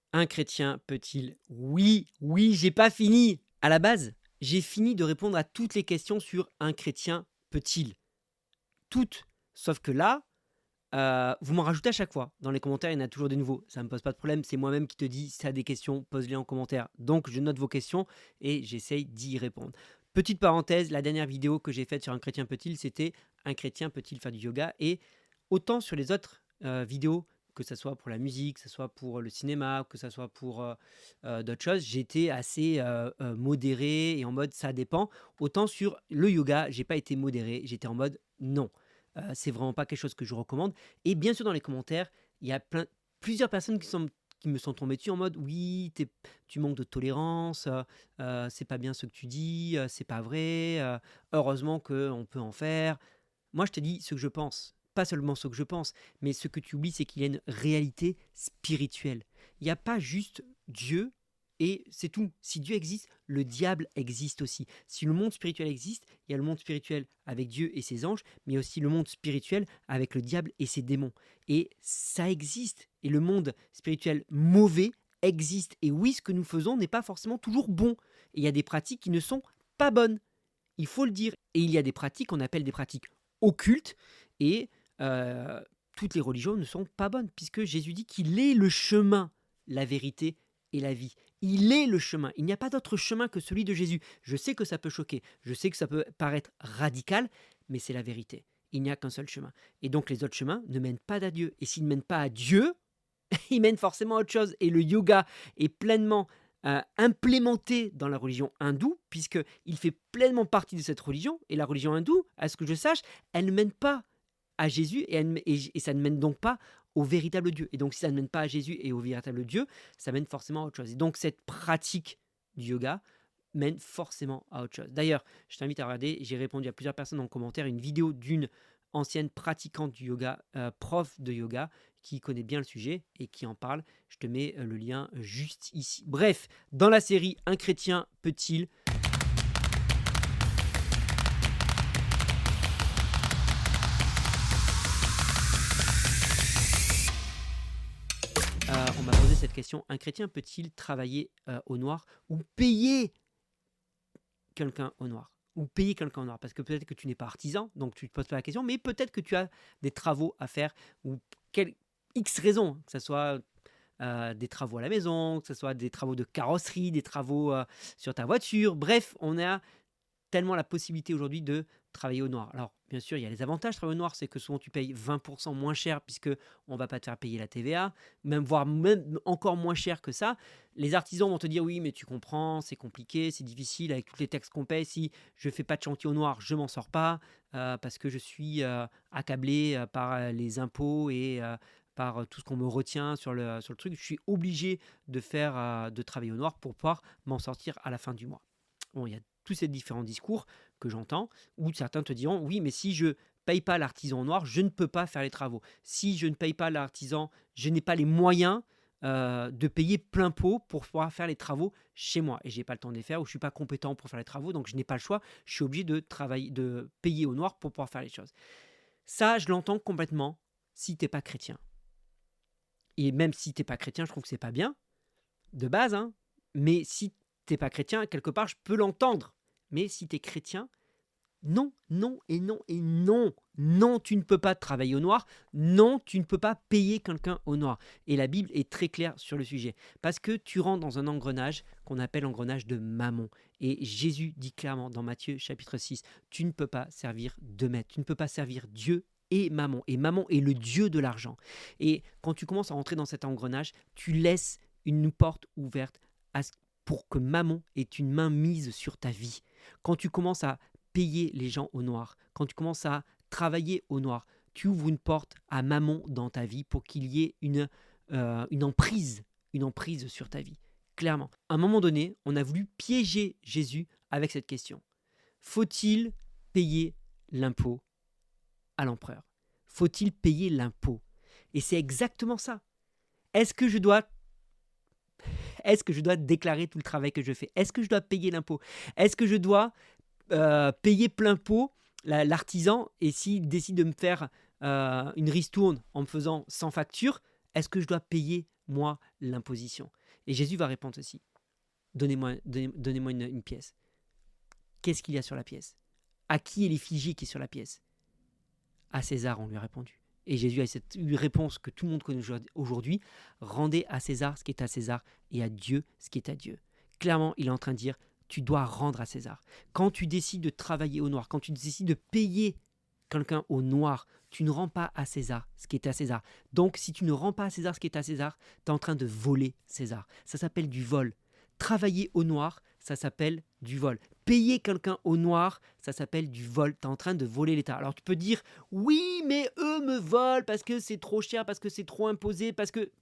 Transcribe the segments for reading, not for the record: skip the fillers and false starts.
Un chrétien peut-il? Oui, oui, j'ai pas fini. À la base, j'ai fini de répondre à toutes les questions sur un chrétien peut-il. Toutes. Sauf que là, vous m'en rajoutez à chaque fois. Dans les commentaires, il y en a toujours des nouveaux. Ça me pose pas de problème. C'est moi-même qui te dis, si tu as des questions, pose-les en commentaire. Donc, je note vos questions et j'essaye d'y répondre. Petite parenthèse, la dernière vidéo que j'ai faite sur un chrétien peut-il, c'était un chrétien peut-il faire du yoga? Et autant sur les autres vidéos, que ce soit pour la musique, que ce soit pour le cinéma, que ce soit pour d'autres choses, j'étais assez modéré et en mode ça dépend. Autant sur le yoga, j'ai pas été modéré, j'étais en mode non. C'est vraiment pas quelque chose que je recommande. Et bien sûr, dans les commentaires, il y a plusieurs personnes qui me sont tombées dessus en mode oui, tu manques de tolérance, c'est pas bien ce que tu dis, c'est pas vrai, heureusement qu'on peut en faire. Moi, je te dis ce que je pense. Pas seulement ce que je pense, mais ce que tu oublies, c'est qu'il y a une réalité spirituelle. Il n'y a pas juste Dieu et c'est tout. Si Dieu existe, le diable existe aussi. Si le monde spirituel existe, il y a le monde spirituel avec Dieu et ses anges, mais aussi le monde spirituel avec le diable et ses démons. Et ça existe. Et le monde spirituel mauvais existe. Et oui, ce que nous faisons n'est pas forcément toujours bon. Et il y a des pratiques qui ne sont pas bonnes. Il faut le dire. Et il y a des pratiques qu'on appelle des pratiques occultes. Et toutes les religions ne sont pas bonnes, puisque Jésus dit qu'il est le chemin, la vérité et la vie. Il est le chemin. Il n'y a pas d'autre chemin que celui de Jésus. Je sais que ça peut choquer, je sais que ça peut paraître radical, mais c'est la vérité. Il n'y a qu'un seul chemin. Et donc les autres chemins ne mènent pas à Dieu. Et s'ils ne mènent pas à Dieu, ils mènent forcément à autre chose. Et le yoga est pleinement implémenté dans la religion hindoue, puisqu'il fait pleinement partie de cette religion. Et la religion hindoue, à ce que je sache, elle ne mène pas à Jésus et ça ne mène donc pas au véritable Dieu. Et donc si ça ne mène pas à Jésus et au véritable Dieu, ça mène forcément à autre chose. Et donc cette pratique du yoga mène forcément à autre chose. D'ailleurs, je t'invite à regarder, j'ai répondu à plusieurs personnes en commentaire, une vidéo d'une ancienne pratiquante du yoga, prof de yoga, qui connaît bien le sujet et qui en parle. Je te mets le lien juste ici. Bref, dans la série Un chrétien peut-il, on m'a posé cette question, un chrétien peut-il travailler au noir ou payer quelqu'un au noir? Ou payer quelqu'un au noir? Parce que peut-être que tu n'es pas artisan, donc tu ne te poses pas la question, mais peut-être que tu as des travaux à faire ou X raisons, que ce soit des travaux à la maison, que ce soit des travaux de carrosserie, des travaux sur ta voiture. Bref, on a tellement la possibilité aujourd'hui de travailler au noir. Alors, bien sûr, il y a les avantages de travailler au noir, c'est que souvent tu payes 20% moins cher puisque on ne va pas te faire payer la TVA, voire même encore moins cher que ça. Les artisans vont te dire oui, mais tu comprends, c'est compliqué, c'est difficile avec tous les taxes qu'on paye. Si je ne fais pas de chantier au noir, je ne m'en sors pas parce que je suis accablé par les impôts et par tout ce qu'on me retient sur le truc. Je suis obligé de travailler au noir pour pouvoir m'en sortir à la fin du mois. Bon, il y a tous ces différents discours que j'entends, où certains te diront oui, mais si je paye pas l'artisan noir, je ne peux pas faire les travaux. Si je ne paye pas l'artisan, je n'ai pas les moyens de payer plein pot pour pouvoir faire les travaux chez moi. Et j'ai pas le temps de les faire, ou je suis pas compétent pour faire les travaux, donc je n'ai pas le choix. Je suis obligé de travailler, de payer au noir pour pouvoir faire les choses. Ça, je l'entends complètement si t'es pas chrétien. Et même si t'es pas chrétien, je trouve que c'est pas bien, de base, hein. Mais si t'es pas chrétien, quelque part, je peux l'entendre. Mais si t'es chrétien, non, non et non et non. Non, tu ne peux pas travailler au noir. Non, tu ne peux pas payer quelqu'un au noir. Et la Bible est très claire sur le sujet. Parce que tu rentres dans un engrenage qu'on appelle engrenage de mammon. Et Jésus dit clairement dans Matthieu chapitre 6, tu ne peux pas servir deux maîtres. Tu ne peux pas servir Dieu et mammon. Et mammon est le dieu de l'argent. Et quand tu commences à rentrer dans cet engrenage, tu laisses une porte ouverte pour que mammon ait une main mise sur ta vie. Quand tu commences à payer les gens au noir, quand tu commences à travailler au noir, tu ouvres une porte à mammon dans ta vie pour qu'il y ait une emprise sur ta vie. Clairement. À un moment donné, on a voulu piéger Jésus avec cette question. Faut-il payer l'impôt à l'empereur? Faut-il payer l'impôt? Et c'est exactement ça. Est-ce que je dois déclarer tout le travail que je fais? Est-ce que je dois payer l'impôt? Est-ce que je dois payer plein pot l'artisan, et s'il décide de me faire une ristourne en me faisant sans facture, est-ce que je dois payer moi l'imposition? Et Jésus va répondre ceci. Donnez-moi une pièce. Qu'est-ce qu'il y a sur la pièce? À qui est l'effigie qui est sur la pièce? À César, on lui a répondu. Et Jésus a cette réponse que tout le monde connaît aujourd'hui. Rendez à César ce qui est à César et à Dieu ce qui est à Dieu. Clairement, il est en train de dire, tu dois rendre à César. Quand tu décides de travailler au noir, quand tu décides de payer quelqu'un au noir, tu ne rends pas à César ce qui est à César. Donc, si tu ne rends pas à César ce qui est à César, tu es en train de voler César. Ça s'appelle du vol. Travailler au noir, ça s'appelle du vol. Payer quelqu'un au noir, ça s'appelle du vol. Tu es en train de voler l'État. Alors tu peux dire, oui, mais eux me volent parce que c'est trop cher, parce que c'est trop imposé, parce que.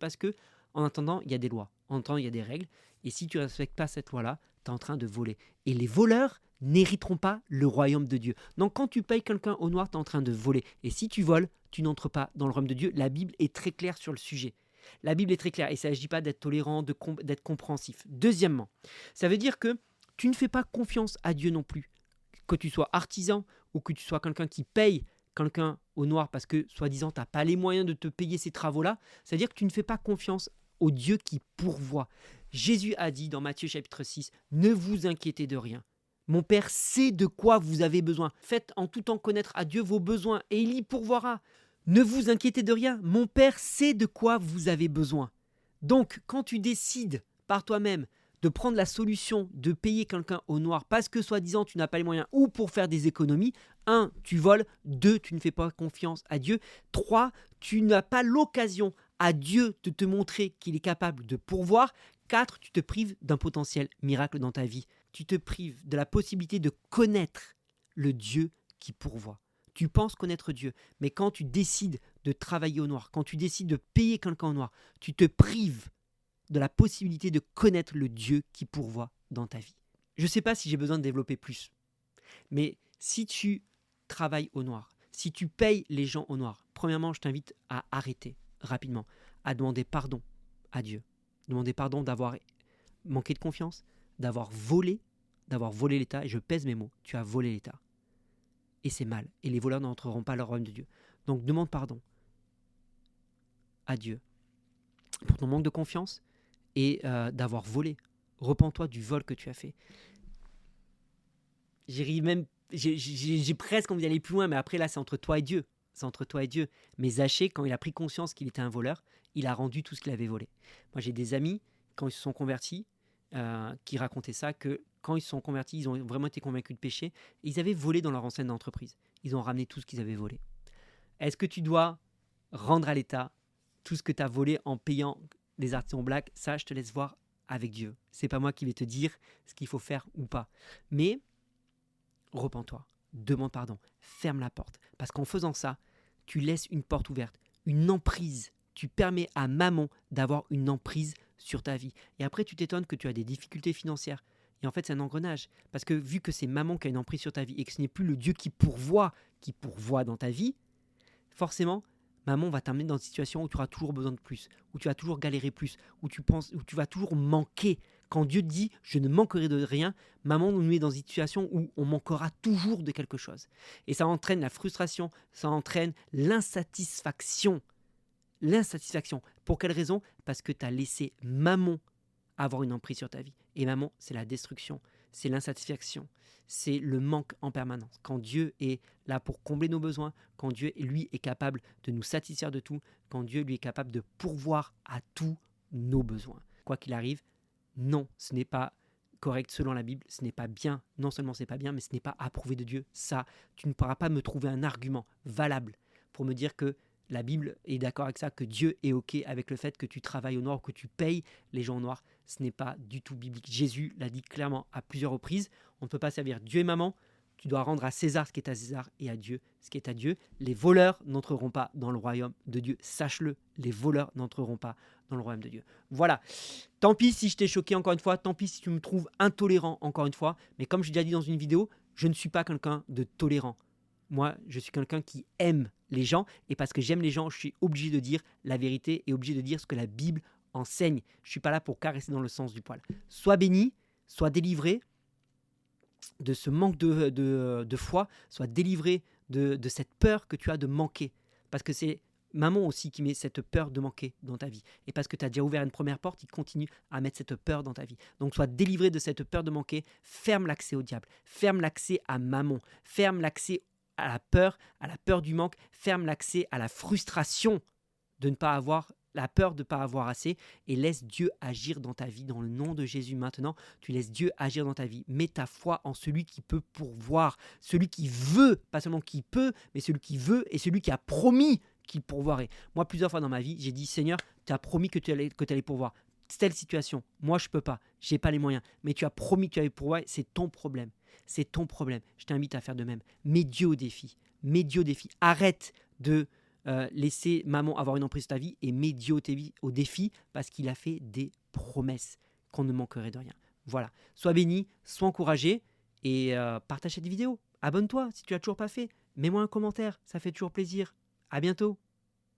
En attendant, il y a des lois. En attendant, il y a des règles. Et si tu ne respectes pas cette loi-là, tu es en train de voler. Et les voleurs n'hériteront pas le royaume de Dieu. Donc quand tu payes quelqu'un au noir, tu es en train de voler. Et si tu voles, tu n'entres pas dans le royaume de Dieu. La Bible est très claire sur le sujet. La Bible est très claire et ça ne s'agit pas d'être tolérant, d'être compréhensif. Deuxièmement, ça veut dire que tu ne fais pas confiance à Dieu non plus. Que tu sois artisan ou que tu sois quelqu'un qui paye quelqu'un au noir parce que, soi-disant, tu n'as pas les moyens de te payer ces travaux-là, c'est-à-dire que tu ne fais pas confiance au Dieu qui pourvoit. Jésus a dit dans Matthieu chapitre 6, « Ne vous inquiétez de rien. Mon Père sait de quoi vous avez besoin. Faites en tout temps connaître à Dieu vos besoins et il y pourvoira. » Ne vous inquiétez de rien, mon Père sait de quoi vous avez besoin. Donc, quand tu décides par toi-même de prendre la solution de payer quelqu'un au noir parce que, soi-disant, tu n'as pas les moyens ou pour faire des économies, 1, tu voles, 2, tu ne fais pas confiance à Dieu, 3, tu n'as pas l'occasion à Dieu de te montrer qu'il est capable de pourvoir, 4, tu te prives d'un potentiel miracle dans ta vie. Tu te prives de la possibilité de connaître le Dieu qui pourvoit. Tu penses connaître Dieu, mais quand tu décides de travailler au noir, quand tu décides de payer quelqu'un au noir, tu te prives de la possibilité de connaître le Dieu qui pourvoit dans ta vie. Je ne sais pas si j'ai besoin de développer plus, mais si tu travailles au noir, si tu payes les gens au noir, premièrement, je t'invite à arrêter rapidement, à demander pardon à Dieu. Demander pardon d'avoir manqué de confiance, d'avoir volé l'État, et je pèse mes mots, tu as volé l'État. Et c'est mal. Et les voleurs n'entreront pas dans le royaume de Dieu. Donc demande pardon à Dieu pour ton manque de confiance et d'avoir volé. Repens-toi du vol que tu as fait. J'ai presque envie d'aller plus loin, mais après là, c'est entre toi et Dieu. C'est entre toi et Dieu. Mais Zachée, quand il a pris conscience qu'il était un voleur, il a rendu tout ce qu'il avait volé. Moi, j'ai des amis, quand ils se sont convertis, qui racontaient ça, que quand ils se sont convertis, ils ont vraiment été convaincus de péché. Et ils avaient volé dans leur ancienne entreprise. Ils ont ramené tout ce qu'ils avaient volé. Est-ce que tu dois rendre à l'État tout ce que tu as volé en payant les artisans blacks? Ça, je te laisse voir avec Dieu. C'est pas moi qui vais te dire ce qu'il faut faire ou pas. Mais repens-toi, demande pardon, ferme la porte. Parce qu'en faisant ça, tu laisses une porte ouverte, une emprise. Tu permets à maman d'avoir une emprise sur ta vie. Et après, tu t'étonnes que tu as des difficultés financières. Et en fait, c'est un engrenage. Parce que vu que c'est maman qui a une emprise sur ta vie et que ce n'est plus le Dieu qui pourvoit dans ta vie, forcément, maman va t'amener dans une situation où tu auras toujours besoin de plus, où tu vas toujours galérer plus, où tu vas toujours manquer. Quand Dieu dit « je ne manquerai de rien », maman nous met dans une situation où on manquera toujours de quelque chose. Et ça entraîne la frustration, ça entraîne l'insatisfaction. L'insatisfaction. Pour quelle raison? Parce que tu as laissé maman avoir une emprise sur ta vie. Et maman, c'est la destruction, c'est l'insatisfaction, c'est le manque en permanence. Quand Dieu est là pour combler nos besoins, quand Dieu, lui, est capable de nous satisfaire de tout, quand Dieu, lui, est capable de pourvoir à tous nos besoins. Quoi qu'il arrive, non, ce n'est pas correct selon la Bible, ce n'est pas bien, non seulement ce n'est pas bien, mais ce n'est pas approuvé de Dieu. Ça, tu ne pourras pas me trouver un argument valable pour me dire que la Bible est d'accord avec ça, que Dieu est OK avec le fait que tu travailles au noir, que tu payes les gens au noir. Ce n'est pas du tout biblique. Jésus l'a dit clairement à plusieurs reprises. On ne peut pas servir Dieu et maman. Tu dois rendre à César ce qui est à César et à Dieu ce qui est à Dieu. Les voleurs n'entreront pas dans le royaume de Dieu. Sache-le, les voleurs n'entreront pas dans le royaume de Dieu. Voilà. Tant pis si je t'ai choqué encore une fois. Tant pis si tu me trouves intolérant encore une fois. Mais comme j'ai déjà dit dans une vidéo, je ne suis pas quelqu'un de tolérant. Moi, je suis quelqu'un qui aime les gens. Et parce que j'aime les gens, je suis obligé de dire la vérité et obligé de dire ce que la Bible enseigne. Je ne suis pas là pour caresser dans le sens du poil. Sois béni, sois délivré de ce manque de foi, sois délivré de cette peur que tu as de manquer. Parce que c'est maman aussi qui met cette peur de manquer dans ta vie. Et parce que tu as déjà ouvert une première porte, il continue à mettre cette peur dans ta vie. Donc sois délivré de cette peur de manquer, ferme l'accès au diable, ferme l'accès à maman, ferme l'accès à la peur du manque, ferme l'accès à la frustration de ne pas avoir, la peur de ne pas avoir assez, et laisse Dieu agir dans ta vie. Dans le nom de Jésus maintenant, tu laisses Dieu agir dans ta vie. Mets ta foi en celui qui peut pourvoir, celui qui veut, pas seulement qui peut, mais celui qui veut et celui qui a promis qu'il pourvoirait. Moi, plusieurs fois dans ma vie, j'ai dit, Seigneur, tu as promis que tu allais pourvoir. Telle situation, moi je peux pas, j'ai pas les moyens, mais tu as promis que tu allais pourvoir, c'est ton problème. C'est ton problème. Je t'invite à faire de même. Mets Dieu au défi. Mets Dieu au défi. Arrête de laisser maman avoir une emprise sur ta vie et mets Dieu au défi parce qu'il a fait des promesses qu'on ne manquerait de rien. Voilà. Sois béni, sois encouragé et partage cette vidéo. Abonne-toi si tu l'as toujours pas fait. Mets-moi un commentaire, ça fait toujours plaisir. À bientôt.